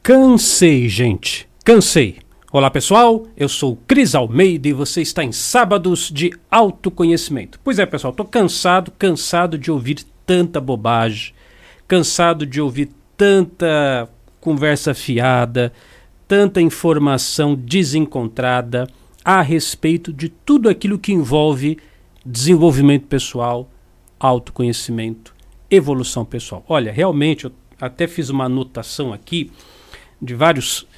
Cansei, gente. Cansei. Olá, pessoal. Eu sou Cris Almeida e você está em Sábados de Autoconhecimento. Pois é, pessoal. Estou cansado de ouvir tanta bobagem. Cansado de ouvir tanta conversa fiada, tanta informação desencontrada a respeito de tudo aquilo que envolve desenvolvimento pessoal, autoconhecimento, evolução pessoal. Olha, realmente, eu até fiz uma anotação aqui de vários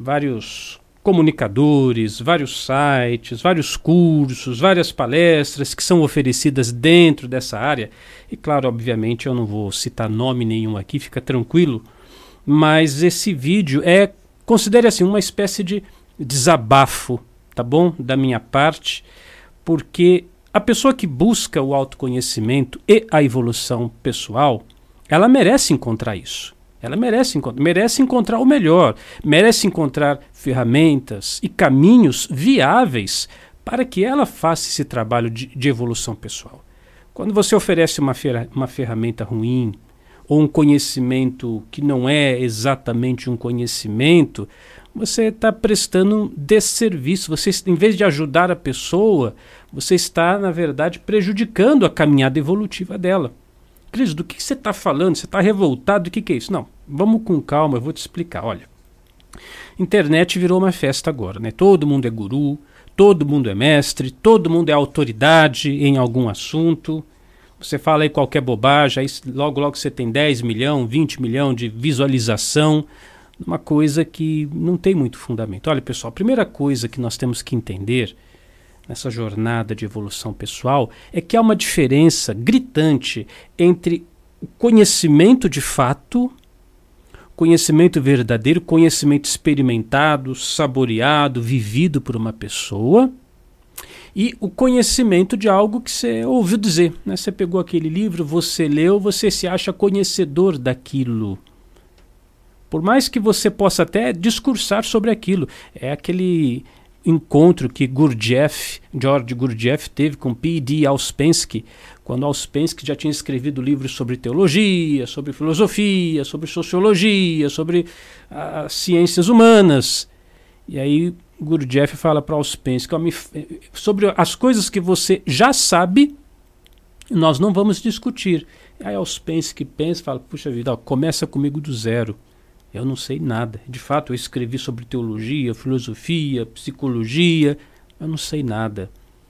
comunicadores, vários sites, vários cursos, várias palestras que são oferecidas dentro dessa área. E claro, obviamente, eu não vou citar nome nenhum aqui, fica tranquilo, mas esse vídeo considere assim, uma espécie de desabafo, tá bom? Da minha parte, porque a pessoa que busca o autoconhecimento e a evolução pessoal, ela merece encontrar isso. Ela merece encontrar o melhor, merece encontrar ferramentas e caminhos viáveis para que ela faça esse trabalho de evolução pessoal. Quando você oferece uma ferramenta ruim, ou um conhecimento que não é exatamente um conhecimento, você está prestando um desserviço. Você, em vez de ajudar a pessoa, você está, na verdade, prejudicando a caminhada evolutiva dela. Cris, do que você está falando? Você está revoltado? O que é isso? Não, vamos com calma, eu vou te explicar. Olha, internet virou uma festa agora, né? Todo mundo é guru, todo mundo é mestre, todo mundo é autoridade em algum assunto. Você fala aí qualquer bobagem, aí logo você tem 10 milhões, 20 milhões de visualização, uma coisa que não tem muito fundamento. Olha, pessoal, a primeira coisa que nós temos que entender nessa jornada de evolução pessoal é que há uma diferença gritante entre o conhecimento de fato, conhecimento verdadeiro, conhecimento experimentado, saboreado, vivido por uma pessoa, e o conhecimento de algo que você ouviu dizer, né? Você pegou aquele livro, você leu, você se acha conhecedor daquilo. Por mais que você possa até discursar sobre aquilo. É aquele encontro que George Gurdjieff teve com P.D. Ouspensky, quando Ouspensky já tinha escrevido livros sobre teologia, sobre filosofia, sobre sociologia, sobre as ciências humanas. E aí Gurdjieff fala para Ouspensky, sobre as coisas que você já sabe, nós não vamos discutir. Aí Ouspensky pensa e fala, puxa vida, começa comigo do zero. Eu não sei nada. De fato, eu escrevi sobre teologia, filosofia, psicologia. Eu não sei nada.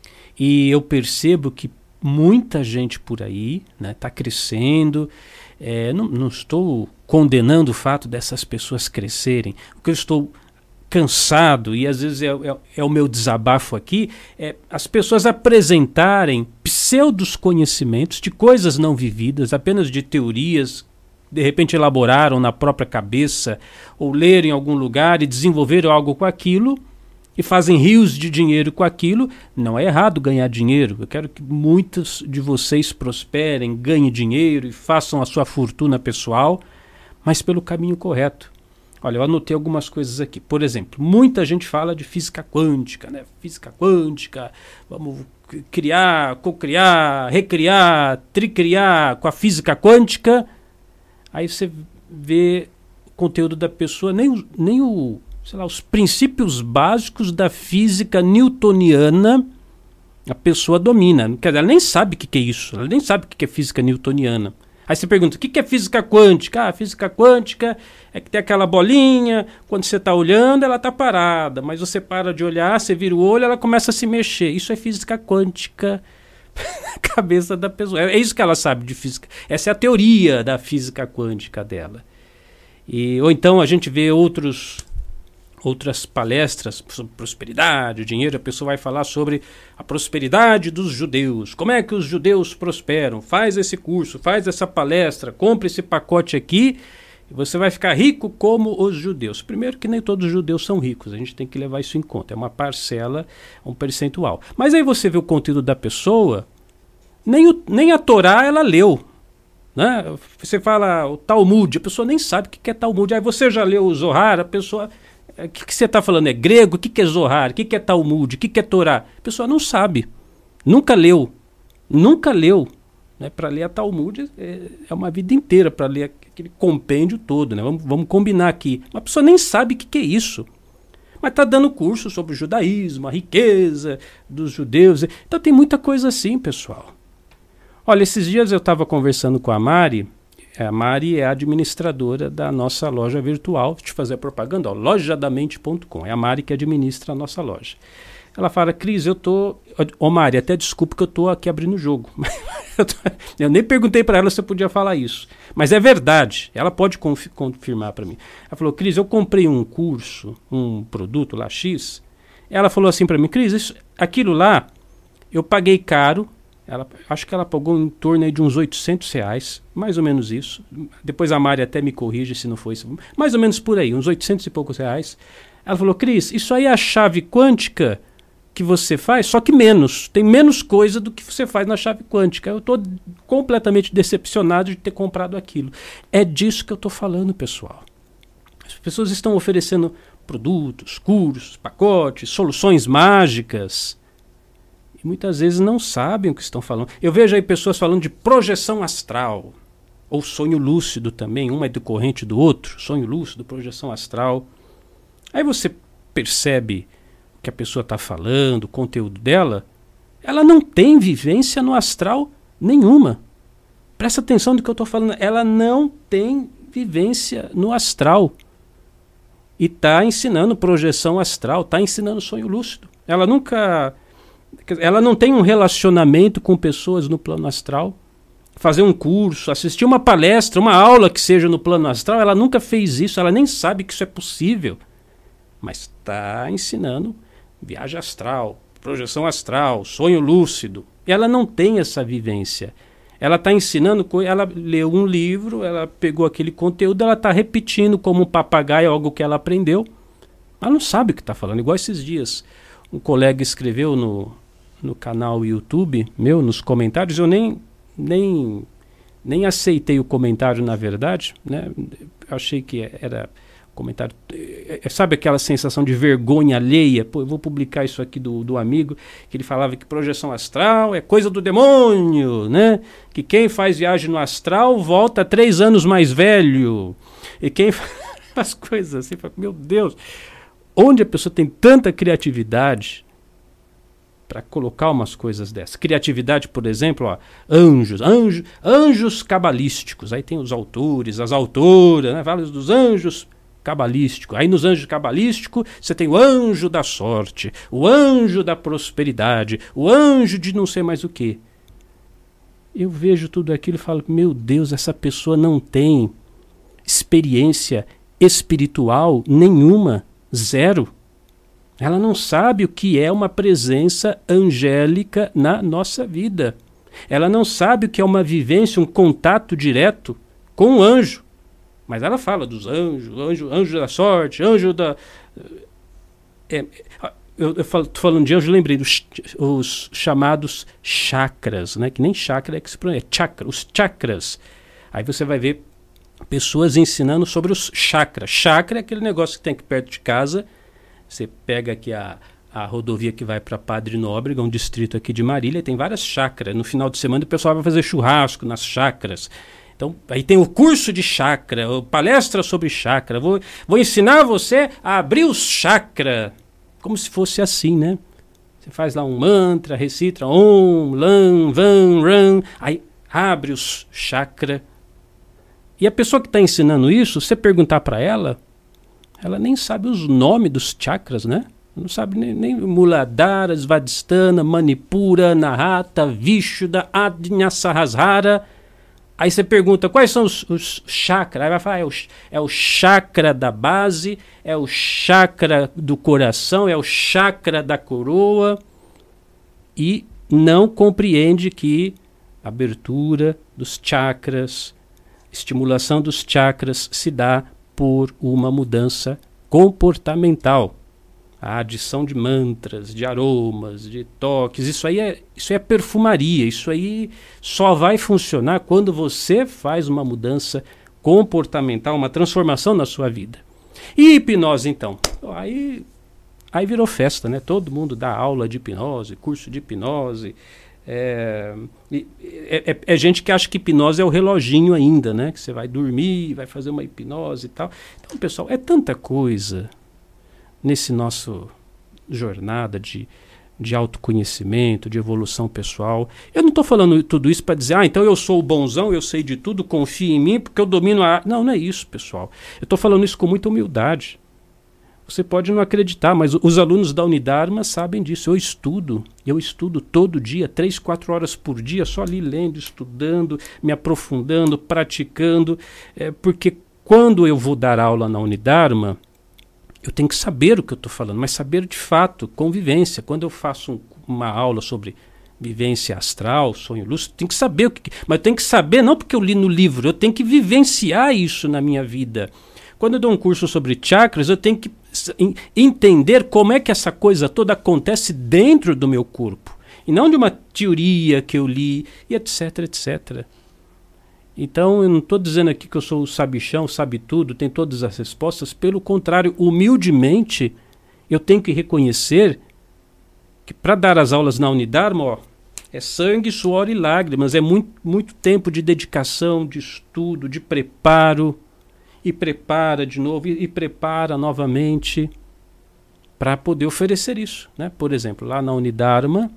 E eu percebo que muita gente por aí está crescendo. Não estou condenando o fato dessas pessoas crescerem. O que eu estou cansado, e às vezes é o meu desabafo aqui, é as pessoas apresentarem pseudos conhecimentos de coisas não vividas, apenas de teorias de repente elaboraram na própria cabeça ou leram em algum lugar e desenvolveram algo com aquilo e fazem rios de dinheiro com aquilo. Não é errado ganhar dinheiro. Eu quero que muitos de vocês prosperem, ganhem dinheiro e façam a sua fortuna pessoal, mas pelo caminho correto. Olha, eu anotei algumas coisas aqui. Por exemplo, muita gente fala de física quântica, né? Física quântica, vamos criar, cocriar, recriar, tricriar com a física quântica. Aí você vê o conteúdo da pessoa, nem os princípios básicos da física newtoniana a pessoa domina. Quer dizer, ela nem sabe o que é isso, ela nem sabe o que é física newtoniana. Aí você pergunta, o que é física quântica? A física quântica é que tem aquela bolinha, quando você está olhando ela está parada, mas você para de olhar, você vira o olho, ela começa a se mexer. Isso é física quântica. Na cabeça da pessoa. É isso que ela sabe de física. Essa é a teoria da física quântica dela. Ou então a gente vê outras palestras sobre prosperidade, o dinheiro, a pessoa vai falar sobre a prosperidade dos judeus. Como é que os judeus prosperam? Faz esse curso, faz essa palestra, compre esse pacote aqui e você vai ficar rico como os judeus. Primeiro que nem todos os judeus são ricos, a gente tem que levar isso em conta. É uma parcela, um percentual. Mas aí você vê o conteúdo da pessoa, nem a Torá ela leu. Né? Você fala o Talmud, a pessoa nem sabe o que é Talmud. Aí você já leu o Zohar, a pessoa... O que você está falando? É grego? O que é Zohar? O que é Talmud? O que é Torá? A pessoa não sabe. Nunca leu. Né? Para ler a Talmud é uma vida inteira para ler aquele compêndio todo. Né? Vamos combinar aqui. Uma pessoa nem sabe o que é isso. Mas está dando curso sobre o judaísmo, a riqueza dos judeus. Então tem muita coisa assim, pessoal. Olha, esses dias eu estava conversando com a Mari. A Mari é a administradora da nossa loja virtual. Deixa eu fazer a propaganda, ó, lojadamente.com. É a Mari que administra a nossa loja. Ela fala, Cris, eu tô... Ô Mari, até desculpa que eu tô aqui abrindo o jogo. Eu nem perguntei para ela se eu podia falar isso. Mas é verdade, ela pode confirmar para mim. Ela falou, Cris, eu comprei um curso, um produto lá, X. Ela falou assim para mim, Cris, aquilo lá, eu paguei caro. Acho que ela pagou em torno aí de uns R$800, mais ou menos isso. Depois a Mari até me corrige se não foi isso. Mais ou menos por aí, uns 800 e poucos reais. Ela falou, Cris, isso aí é a chave quântica que você faz, só que menos. Tem menos coisa do que você faz na chave quântica. Eu estou completamente decepcionado de ter comprado aquilo. É disso que eu estou falando, pessoal. As pessoas estão oferecendo produtos, cursos, pacotes, soluções mágicas. E muitas vezes não sabem o que estão falando. Eu vejo aí pessoas falando de projeção astral. Ou sonho lúcido também. Um é decorrente do outro. Sonho lúcido, projeção astral. Aí você percebe que a pessoa está falando, o conteúdo dela, ela não tem vivência no astral nenhuma. Presta atenção no que eu estou falando. Ela não tem vivência no astral. E está ensinando projeção astral, está ensinando sonho lúcido. Ela não tem um relacionamento com pessoas no plano astral. Fazer um curso, assistir uma palestra, uma aula que seja no plano astral, ela nunca fez isso, ela nem sabe que isso é possível. Mas está ensinando viagem astral, projeção astral, sonho lúcido. Ela não tem essa vivência. Ela está ensinando, ela leu um livro, ela pegou aquele conteúdo, ela está repetindo como um papagaio algo que ela aprendeu. Ela não sabe o que está falando. Igual esses dias, um colega escreveu no canal YouTube meu, nos comentários, eu nem aceitei o comentário, na verdade, né? Eu achei que era... comentário, sabe aquela sensação de vergonha alheia? Pô, eu vou publicar isso aqui do amigo, que ele falava que projeção astral é coisa do demônio, né? Que quem faz viagem no astral volta 3 anos mais velho. E quem faz coisas assim, fala, meu Deus, onde a pessoa tem tanta criatividade para colocar umas coisas dessas? Criatividade, por exemplo, ó, anjos cabalísticos. Aí tem os autores, as autoras, né? Vários dos anjos cabalístico. Aí nos anjos cabalísticos você tem o anjo da sorte, o anjo da prosperidade, o anjo de não sei mais o que. Eu vejo tudo aquilo e falo, meu Deus, essa pessoa não tem experiência espiritual nenhuma, zero. Ela não sabe o que é uma presença angélica na nossa vida. Ela não sabe o que é uma vivência, um contato direto com o anjo. Mas ela fala dos anjos, anjo da sorte, anjo da... eu estou falando de anjo, lembrei dos os chamados chakras, né? Que nem chakra é que se pronuncia, é chakra, os chakras. Aí você vai ver pessoas ensinando sobre os chakras. Chakra é aquele negócio que tem aqui perto de casa. Você pega aqui a rodovia que vai para Padre Nóbrega, um distrito aqui de Marília, tem várias chakras. No final de semana o pessoal vai fazer churrasco nas chakras. Então, aí tem o curso de chakra, palestra sobre chakra. Vou ensinar você a abrir os chakras. Como se fosse assim, né? Você faz lá um mantra, recita Om, Lam, Van, Ran. Aí abre os chakras. E a pessoa que está ensinando isso, você perguntar para ela, ela nem sabe os nomes dos chakras, né? Não sabe nem Muladhara, Svadhisthana, Manipura, Anahata, Vishuddha, Ajna Sahasrara. Aí você pergunta, quais são os chakras? Aí vai falar, é o chakra da base, é o chakra do coração, é o chakra da coroa. E não compreende que a abertura dos chakras, estimulação dos chakras se dá por uma mudança comportamental. A adição de mantras, de aromas, de toques, isso aí é perfumaria, isso aí só vai funcionar quando você faz uma mudança comportamental, uma transformação na sua vida. E hipnose, então? Aí virou festa, né? Todo mundo dá aula de hipnose, curso de hipnose, É gente que acha que hipnose é o reloginho ainda, né? Que você vai dormir, vai fazer uma hipnose e tal. Então, pessoal, é tanta coisa nesse nosso jornada de autoconhecimento, de evolução pessoal. Eu não estou falando tudo isso para dizer, então eu sou o bonzão, eu sei de tudo, confie em mim, porque eu domino a... Não, não é isso, pessoal. Eu estou falando isso com muita humildade. Você pode não acreditar, mas os alunos da Unidarma sabem disso. Eu estudo todo dia, 3, 4 horas por dia, só ali lendo, estudando, me aprofundando, praticando, porque quando eu vou dar aula na Unidarma, eu tenho que saber o que eu estou falando, mas saber de fato, convivência. Quando eu faço uma aula sobre vivência astral, sonho lúcido, tenho que saber o que... Mas eu tenho que saber não porque eu li no livro, eu tenho que vivenciar isso na minha vida. Quando eu dou um curso sobre chakras, eu tenho que entender como é que essa coisa toda acontece dentro do meu corpo. E não de uma teoria que eu li, e etc, etc. Então, eu não estou dizendo aqui que eu sou o sabichão, sabe tudo, tem todas as respostas. Pelo contrário, humildemente, eu tenho que reconhecer que para dar as aulas na Unidarma, é sangue, suor e lágrimas. É muito tempo de dedicação, de estudo, de preparo. E prepara de novo, e prepara novamente para poder oferecer isso, né? Por exemplo, lá na Unidarma,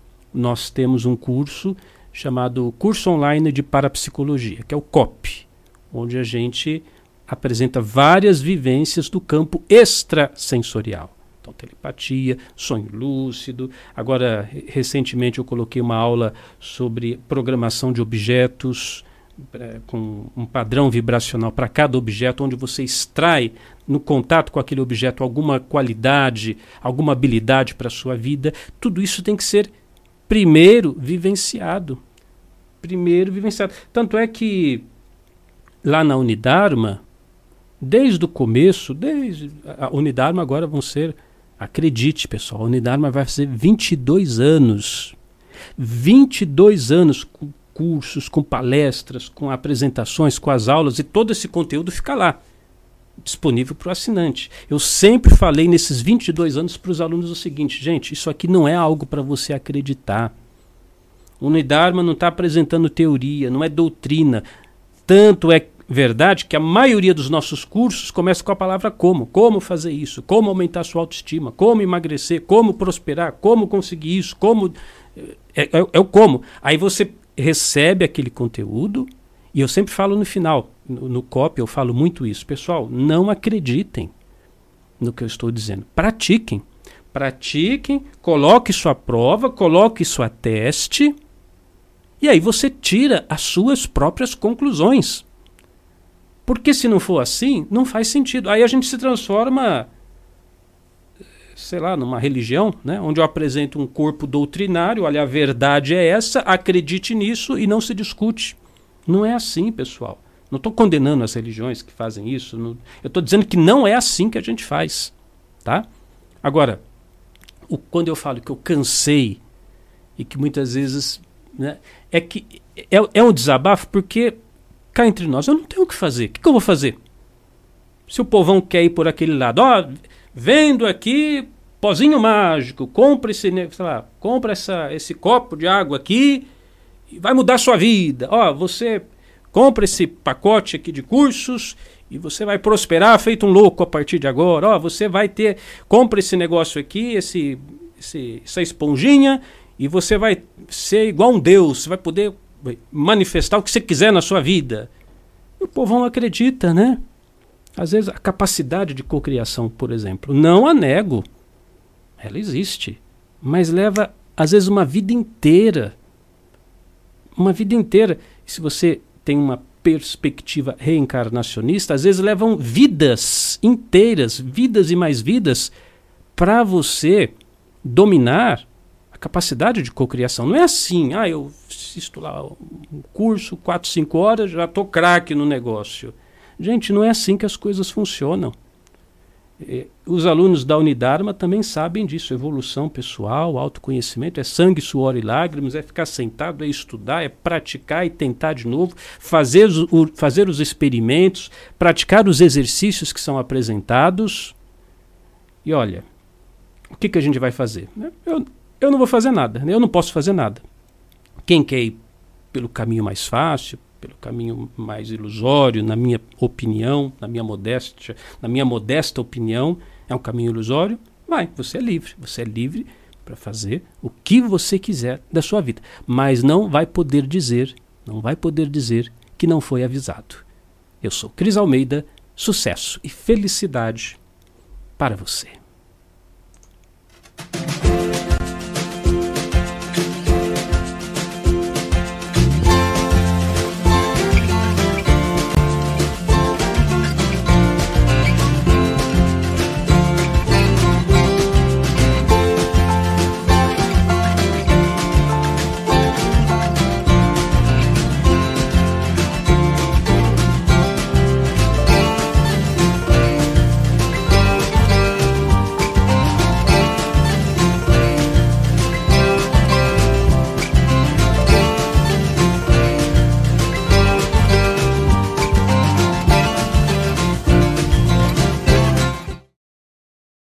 nós temos um curso chamado Curso Online de Parapsicologia, que é o COP, onde a gente apresenta várias vivências do campo extrasensorial. Então, telepatia, sonho lúcido. Agora, recentemente eu coloquei uma aula sobre programação de objetos, com um padrão vibracional para cada objeto, onde você extrai no contato com aquele objeto alguma qualidade, alguma habilidade para a sua vida. Tudo isso tem que ser primeiro vivenciado. Tanto é que lá na Unidarma, desde o começo, desde a Unidarma agora vão ser, acredite pessoal, a Unidarma vai fazer 22 anos. 22 anos com cursos, com palestras, com apresentações, com as aulas, e todo esse conteúdo fica lá, disponível para o assinante. Eu sempre falei nesses 22 anos para os alunos o seguinte, gente, isso aqui não é algo para você acreditar. O Unidarma não está apresentando teoria, não é doutrina. Tanto é verdade que a maioria dos nossos cursos começa com a palavra como. Como fazer isso, como aumentar sua autoestima, como emagrecer, como prosperar, como conseguir isso, como... É o como. Aí você recebe aquele conteúdo, e eu sempre falo no final, no COP eu falo muito isso. Pessoal, não acreditem no que eu estou dizendo. Pratiquem, coloque isso à prova, coloque isso a teste, e aí você tira as suas próprias conclusões. Porque se não for assim, não faz sentido. Aí a gente se transforma, sei lá, numa religião, né, onde eu apresento um corpo doutrinário, olha, a verdade é essa, acredite nisso e não se discute. Não é assim, pessoal. Não estou condenando as religiões que fazem isso, eu estou dizendo que não é assim que a gente faz. Tá? Agora, quando eu falo que eu cansei, e que muitas vezes, né, é um desabafo, porque cá entre nós eu não tenho o que fazer. O que eu vou fazer? Se o povão quer ir por aquele lado, vendo aqui pozinho mágico, compra esse copo de água aqui e vai mudar a sua vida. Você compra esse pacote aqui de cursos e você vai prosperar feito um louco a partir de agora. Você vai compra esse negócio aqui, essa esponjinha, e você vai ser igual um Deus, você vai poder manifestar o que você quiser na sua vida. E o povão acredita, né? Às vezes a capacidade de cocriação, por exemplo, não a nego, ela existe, mas leva às vezes uma vida inteira. E se você tem uma perspectiva reencarnacionista, às vezes levam vidas inteiras, vidas e mais vidas, para você dominar a capacidade de cocriação. Não é assim, eu assisto lá um curso, 4, 5 horas, já estou craque no negócio. Gente, não é assim que as coisas funcionam. Os alunos da Unidarma também sabem disso. Evolução pessoal, autoconhecimento, é sangue, suor e lágrimas, é ficar sentado, é estudar, é praticar e tentar de novo, fazer os experimentos, praticar os exercícios que são apresentados. E olha, o que a gente vai fazer? Eu não vou fazer nada, eu não posso fazer nada. Quem quer ir pelo caminho mais fácil, pelo caminho mais ilusório, na minha opinião, na minha modesta opinião, é um caminho ilusório, vai, você é livre para fazer o que você quiser da sua vida, mas não vai poder dizer que não foi avisado. Eu sou Cris Almeida, sucesso e felicidade para você.